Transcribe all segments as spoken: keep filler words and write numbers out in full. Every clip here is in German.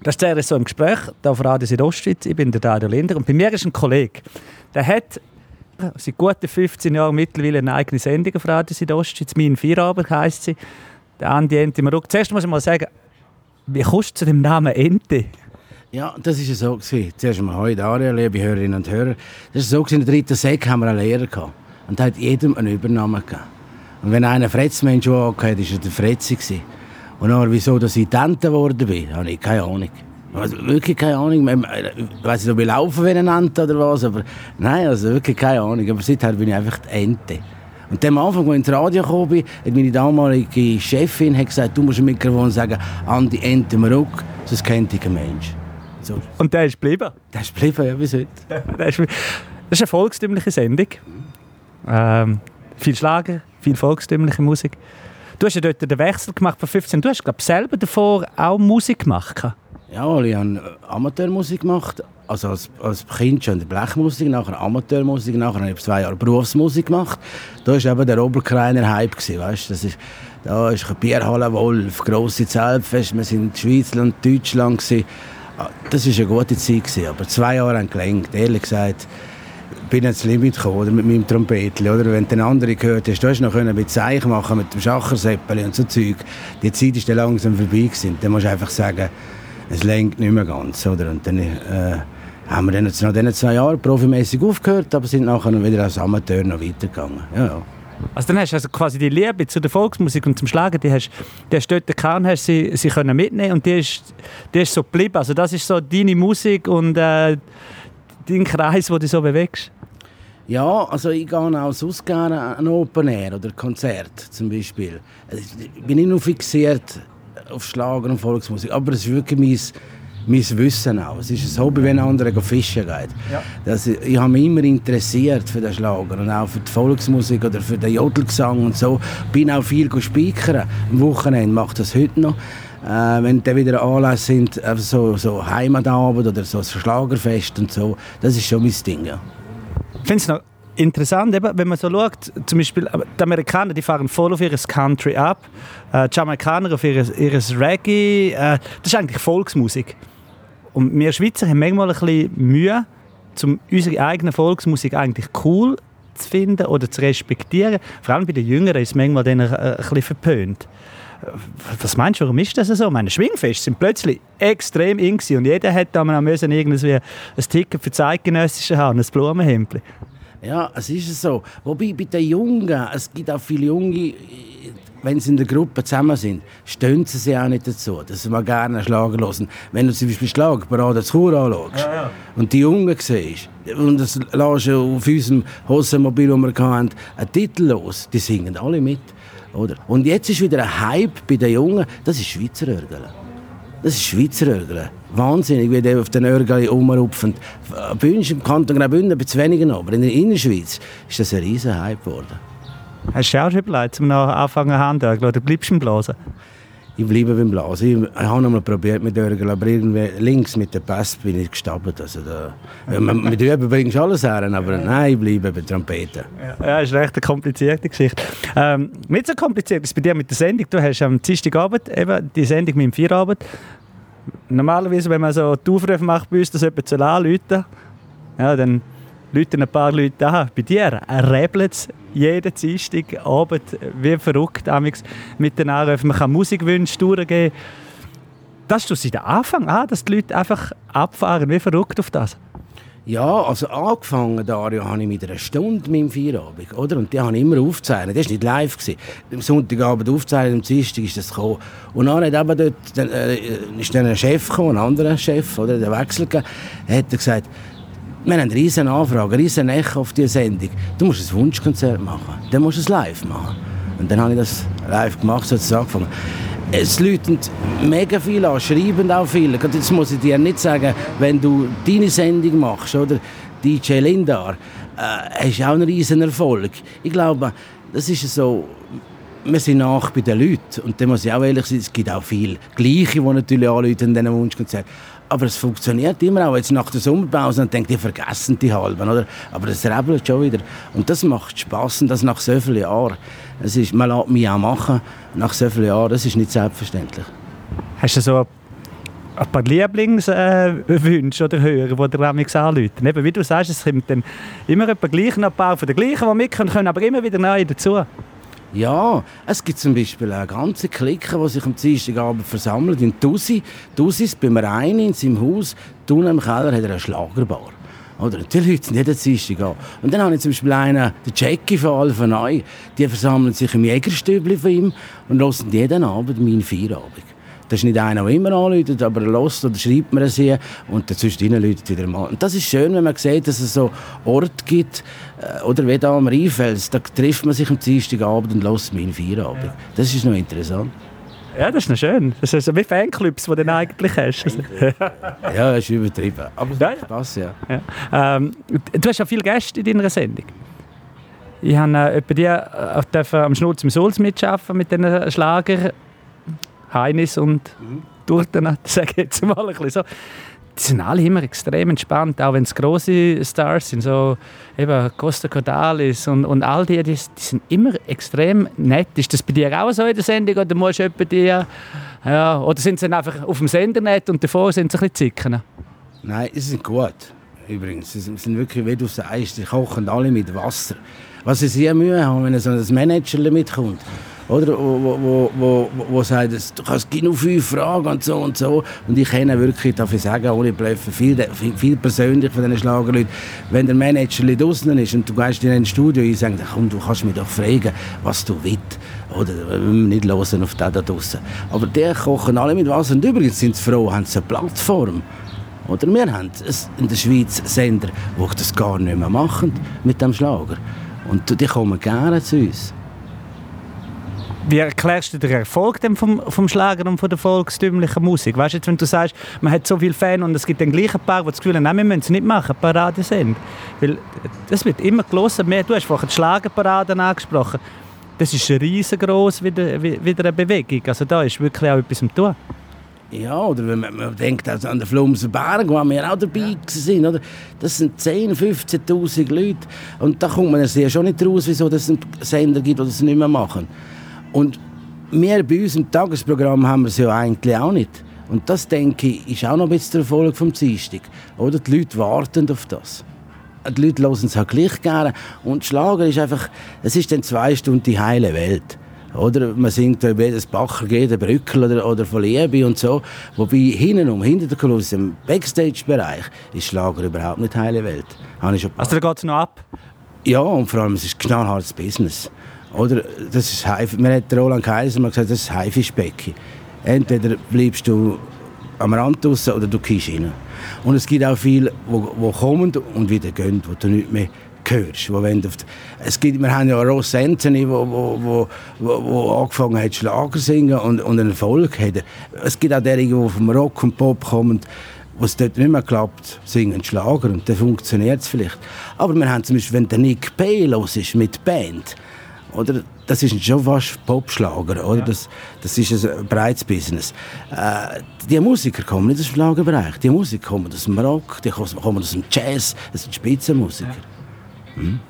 Das ist zuerst so im Gespräch, hier auf Radio Südostschweiz. Ich bin der Dario Linder und bei mir ist ein Kollege, der hat seit guten fünfzehn Jahren mittlerweile eine eigene Sendung auf Radio Südostschweiz. «Mein Feierabend» heisst sie. Der Andi Ente Maruk. Zuerst muss ich mal sagen, wie kommst du zu dem Namen Ente? Ja, das war ja so. Zuerst einmal «Hoi Dario, liebe Hörerinnen und Hörer». Das war so, in der dritten Sek haben wir einen Lehrer gehabt. Und der hat jedem einen Übernamen gegeben. Und wenn einer Fretzmensch hatte, war er der Fretzi. Und dann, wieso dass ich Tante geworden bin, habe ich keine Ahnung. Also wirklich keine Ahnung. Ich weiss nicht, ob ich laufen will oder was, aber nein, also wirklich keine Ahnung. Aber seither bin ich einfach die Ente. Und am Anfang, als ich ins Radio gekommen bin, hat meine damalige Chefin hat gesagt, du musst im Mikrofon sagen, Andi Ente Maruk, sonst kennt dich kein Mensch. So. Und der ist geblieben? Der ist geblieben, ja, bis heute. Das ist eine volkstümliche Sendung. Ähm, viel Schlager, viel volkstümliche Musik. Du hast ja dort den Wechsel gemacht von fünfzehn. Du hast, glaube ich, selber davor auch Musik gemacht. Ja, ich habe Amateurmusik gemacht. Also als, als Kind schon Blechmusik, nachher Amateurmusik, nachher habe ich zwei Jahre Berufsmusik gemacht. Da war eben der Oberkreiner Hype. Weißt? Das ist, da ist Bierhalle Wolf, grosse Zeltfest, wir waren in Schweizland, Deutschland. Das war eine gute Zeit, aber zwei Jahre haben gelenkt, ehrlich gesagt. Ich bin ans Limit gekommen, oder, mit meinem Trompetli, oder? Wenn den anderen gehört hast, du hast noch mit Zeichen machen, mit dem Schachersäppeli und so Zeug. Die Zeit ist dann langsam vorbei gewesen. Dann musst du einfach sagen, es lenkt nicht mehr ganz, oder? Und dann äh, haben wir dann nach diesen zwei Jahren profimässig aufgehört, aber sind nachher wieder als Amateur noch weitergegangen. Ja, ja. Also dann hast du also quasi die Liebe zu der Volksmusik und zum Schlager, die hast, die hast dort gehabt, hast sie, sie können mitnehmen und die ist, die ist so geblieben. Also das ist so deine Musik und äh, dein Kreis, wo du so bewegst. Ja, also ich gehe auch sonst gerne an Open Air oder Konzert zum Beispiel. Ich bin nicht nur fixiert auf Schlager und Volksmusik, aber es ist wirklich mein, mein Wissen auch. Es ist ein Hobby, wenn ein anderer fischen geht. Ja. Das, ich habe mich immer interessiert für den Schlager und auch für die Volksmusik oder für den Jodelgesang und so. Ich bin auch viel speichern. Am Wochenende mache ich das heute noch. Äh, wenn dann wieder Anlässe sind, so, so Heimatabend oder so ein Schlagerfest und so, das ist schon mein Ding. Ja. Ich finde es noch interessant, eben, wenn man so schaut, zum Beispiel die Amerikaner, die fahren voll auf ihr Country ab, äh, die Jamaikaner auf ihr, ihr Reggae, äh, das ist eigentlich Volksmusik. Und wir Schweizer haben manchmal ein bisschen Mühe, um unsere eigene Volksmusik eigentlich cool zu finden oder zu respektieren. Vor allem bei den Jüngeren ist es manchmal dann ein, ein bisschen verpönt. Was meinst du, warum ist das so? Ich meine, Schwingfeste sind plötzlich extrem in und jeder hat da mal müssen irgendwie ein Ticket für Zeitgenössische haben, ein Blumenhemdli. Ja, es ist so. Wobei bei den Jungen, es gibt auch viele Junge, wenn sie in der Gruppe zusammen sind, stehen sie sich auch nicht dazu, dass sie mal gerne Schlager hören. Wenn du zum Beispiel Schlagerparade zu Chur anschaust ja, ja. und die Jungen siehst, und das lässt du auf unserem Hossenmobil, das wir hatten, einen Titel los, die singen alle mit. Oder? Und jetzt ist wieder ein Hype bei den Jungen, das ist Schweizer Örgel. Das ist Schweizer Örgel. Wahnsinnig, wie die auf den Örgel rumrupfen. Bei uns im Kanton Graubünden ein bisschen weniger noch, aber in der Innerschweiz ist das ein riesen Hype geworden. Hast du auch schon überlegt, um noch anfangen zu handeln, oder bleibst du im Blasen? Ich bleibe beim Blasen. Ich habe noch mal probiert mit Örgel, aber irgendwie links mit der Pass bin ich gestapelt. Also da, mit Üben bringst du alles her, aber nein, ich bleibe bei Trompeten. Ja, ja, das ist recht eine komplizierte Geschichte. Ähm, nicht so kompliziert ist bei dir mit der Sendung. Du hast am Dienstagabend eben die Sendung mit dem Feierabend. Normalerweise, wenn man so die Aufrufe macht bei uns, dass jemand anrufen soll, ja, dann rufen ein paar Leute an. Bei dir rebelt es jeden Dienstagabend wie verrückt mit den Anrufen. Man kann Musikwünsche durchgeben. Das ist seit Anfang an, dass die Leute einfach abfahren wie verrückt auf das. Ja, also angefangen, Dario, habe ich mit einer Stunde mit dem Feierabend, oder? Und die habe ich immer aufgezeichnet. Das war nicht live. Am Sonntagabend aufgezeichnet, am Dienstag ist das gekommen. Und dann hat eben dort, dann, äh, ist dann ein Chef gekommen, ein anderer Chef, oder? Der Wechsel gegeben. Er hat gesagt, wir haben eine riesen Anfrage, eine riesen Echo auf diese Sendung. Du musst ein Wunschkonzert machen. Dann musst du es live machen. Und dann habe ich das live gemacht, so hat es angefangen. Es läuten mega viel an, schreiben auch viele. Jetzt muss ich dir nicht sagen, wenn du deine Sendung machst, oder D J Lindar, äh, hast du auch einen riesen Erfolg. Ich glaube, das ist so, wir sind nach bei den Leuten. Und da muss ich auch ehrlich sein, es gibt auch viele Gleiche, die natürlich anrufen in diesen Wunschkonzerten. Aber es funktioniert immer auch. Jetzt nach der Sommerpause und denkt, die vergessen die halben, oder? Aber es rebelt schon wieder. Und das macht Spass, und das nach so vielen Jahren. Es ist, man lässt mich auch machen, nach so vielen Jahren, das ist nicht selbstverständlich. Hast du so ein paar Lieblingswünsche äh, oder Hörer, die dir manchmal anrufen. Eben, wie du sagst, es kommt dann immer etwa gleich noch ein paar von den gleichen, die mitkommen, können aber immer wieder neue dazu. Ja, es gibt zum Beispiel eine ganze Clique, die sich am Dienstagabend versammelt in Tusi. Tusi ist bei mir rein in seinem Haus. Unten im Keller hat er eine Schlagerbar. Oder? Die Leute sind jeden Dienstag an. Und dann habe ich zum Beispiel einen, den Jackie von Alpha Neu. Die versammeln sich im Jägerstübli von ihm und hören jeden Abend meinen Feierabend. Das ist nicht einer, der immer anruft, aber er hört oder schreibt mir es hier und dazwischen läutet wieder mal. Und das ist schön, wenn man sieht, dass es so Orte gibt, oder wie da am Rheinfels, da trifft man sich am Dienstagabend und hört meinen Feierabend. Ja. Das ist noch interessant. Ja, das ist noch schön. Das ist so wie Fanclubs, die du dann eigentlich hast. Ja, das ist übertrieben. Aber ja, ja. Spaß, ja. ja. Ähm, du hast ja viele Gäste in deiner Sendung. Ich habe äh, bei dir äh, am Schnurz im Sulz mitarbeiten mit diesen Schlager Heinis und mhm. Durten, sage ich jetzt mal ein bisschen so. Die sind alle immer extrem entspannt, auch wenn es grosse Stars sind, so eben Costa Cordalis und, und all die, die, die sind immer extrem nett. Ist das bei dir auch so in der Sendung oder musst du etwa die, ja, oder sind sie dann einfach auf dem Sender nett und davor sind sie ein bisschen zicken? Nein, sie sind gut. Übrigens, sie sind wirklich, wie du sagst, sie kochen alle mit Wasser. Was sie sehr Mühe haben, wenn so ein Manager mitkommt. Oder, wo, wo, wo, wo, wo sagt, du kannst genau fünf Fragen und so und so. Und ich kenne wirklich, darf ich sagen, ohne Blöffen, viel, viel, viel persönlich von diesen Schlagerleuten. Wenn der Manager draußen ist und du gehst in ein Studio und sagst, komm, du kannst mich doch fragen, was du willst. Oder wir müssen nicht hören auf den da draußen. Aber die kochen alle mit Wasser. Und übrigens sind sie froh, haben sie eine Plattform. Oder wir haben in der Schweiz Sender, die das gar nicht mehr machen mit dem Schlager. Und die kommen gerne zu uns. Wie erklärst du den Erfolg vom, vom Schlager und von der volkstümlichen Musik? Weißt du, jetzt, wenn du sagst, man hat so viele Fans und es gibt den gleichen Paar, die das Gefühl haben, nein, wir müssen es nicht machen, Parade sind. Weil das wird immer gelesen. Du hast vorhin die Schlagerparaden angesprochen. Das ist riesengroß wieder, wieder eine Bewegung. Also da ist wirklich auch etwas am Tun. Ja, oder wenn man, man denkt also an den Flumser Berg, wo wir auch dabei sind, oder? Das sind zehntausend, fünfzehntausend Leute. Und da kommt man ja schon nicht raus, wieso es einen Sender gibt, die das nicht mehr machen. Und wir bei uns im Tagesprogramm haben wir es ja eigentlich auch nicht. Und das, denke ich, ist auch noch ein bisschen der Erfolg vom Dienstag. Oder die Leute warten auf das. Die Leute hören es halt gleich gerne. Und Schlager ist einfach, es ist dann zwei Stunden die heile Welt. Oder man singt über jedes Bacher geht, ein Brückel oder, oder von Liebe und so. Wobei hintenum, hinter der Kulisse, im Backstage-Bereich, ist Schlager überhaupt nicht heile Welt. Also da geht es noch ab? Ja, und vor allem, es ist knallhartes Business. Oder, das ist Haif- mir hat Roland Kaiser mal gesagt, das ist Haifischbecken. Entweder bleibst du am Rand draussen oder du gehst rein. Und es gibt auch viele, die kommen und wieder gehen, wo du nicht mehr hörst. Wo wenn du es gibt, wir haben ja Ross Anthony, der wo, wo, wo, wo angefangen hat Schlager singen und, und einen Erfolg hat. Es gibt auch diejenigen, die vom Rock und Pop kommen, wo es dort nicht mehr klappt, singen Schlager und dann funktioniert es vielleicht. Aber wir haben zum Beispiel, wenn der Nick Pay los ist mit Band, oder, das ist schon fast Popschlager, oder? Ja. Das, das ist ein breites Business. Äh, die Musiker kommen nicht aus dem Schlagerbereich, die Musiker kommen aus dem Rock, die kommen aus dem Jazz, das sind Spitzenmusiker. Ja. Hm?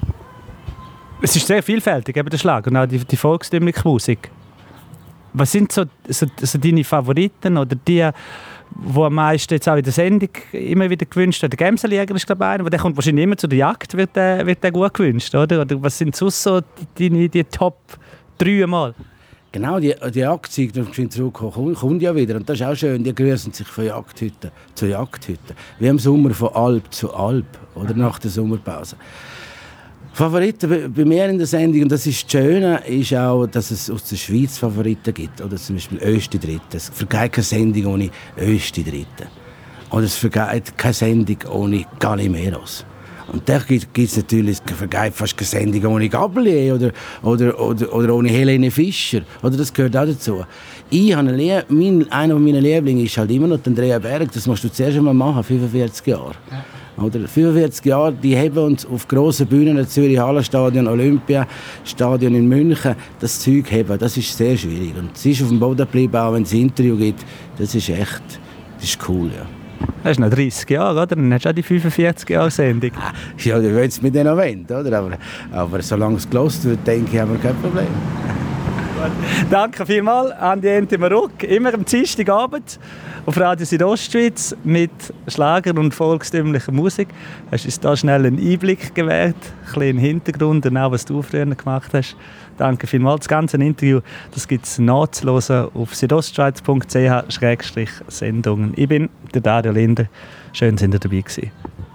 Es ist sehr vielfältig, eben der Schlager und auch die, die volkstümliche Musik. Was sind so, so, so deine Favoriten oder die, wo am meisten jetzt auch in der Sendung immer wieder gewünscht wird? Der Gemsenjäger ist glaube ich einer, aber der kommt wahrscheinlich immer zu der Jagd, wird der, wird der gut gewünscht, oder? Oder was sind sonst so deine die Top drei Mal? Genau, die, die Jagdzeit, die zurückkommt, kommt ja wieder. Und das ist auch schön, die grüßen sich von Jagdhütte zu Jagdhütte. Wie im Sommer von Alp zu Alp, oder nach der Sommerpause. Favoriten bei mir in der Sendung, und das ist das Schöne, ist auch, dass es aus der Schweiz Favoriten gibt. Oder zum Beispiel Östi Dritte. Es vergeht keine Sendung ohne Östi Dritte. Oder es vergeht keine Sendung ohne Galimeros. Und da gibt es natürlich, es vergeht fast keine Sendung ohne Gabelier oder, oder, oder, oder ohne Helene Fischer. Oder das gehört auch dazu. Ich habe eine mein, einer meiner Lieblinge ist halt immer noch Andrea Berg. Das musst du zuerst einmal machen, fünfundvierzig Jahre. Ja. Oder fünfundvierzig Jahre, die haben uns auf grossen Bühnen, Zürich Hallenstadion, Olympiastadion in München, das Zeug haben. Das ist sehr schwierig. Und sie ist auf dem Boden geblieben, auch wenn es ein Interview gibt. Das ist echt, das ist cool, ja. Das ist noch dreißig Jahre, oder? Dann hast du auch die fünfundvierzig-Jahre-Sendung. Ja, du willst mit denen noch wollen, oder? Aber, aber solange es gehört wird, denke ich, haben wir kein Problem. Danke vielmals an die Ente Marok. Immer am Dienstagabend auf Radio Südostschweiz mit Schlager und volkstümlicher Musik. Hast du uns da schnell einen Einblick gewährt, ein bisschen Hintergrund und auch was du früher gemacht hast. Danke vielmals. Das ganze Interview gibt es nachzuhören auf südostschweiz punkt c h Sendungen. Ich bin der Dario Linder. Schön, dass ihr dabei gewesen.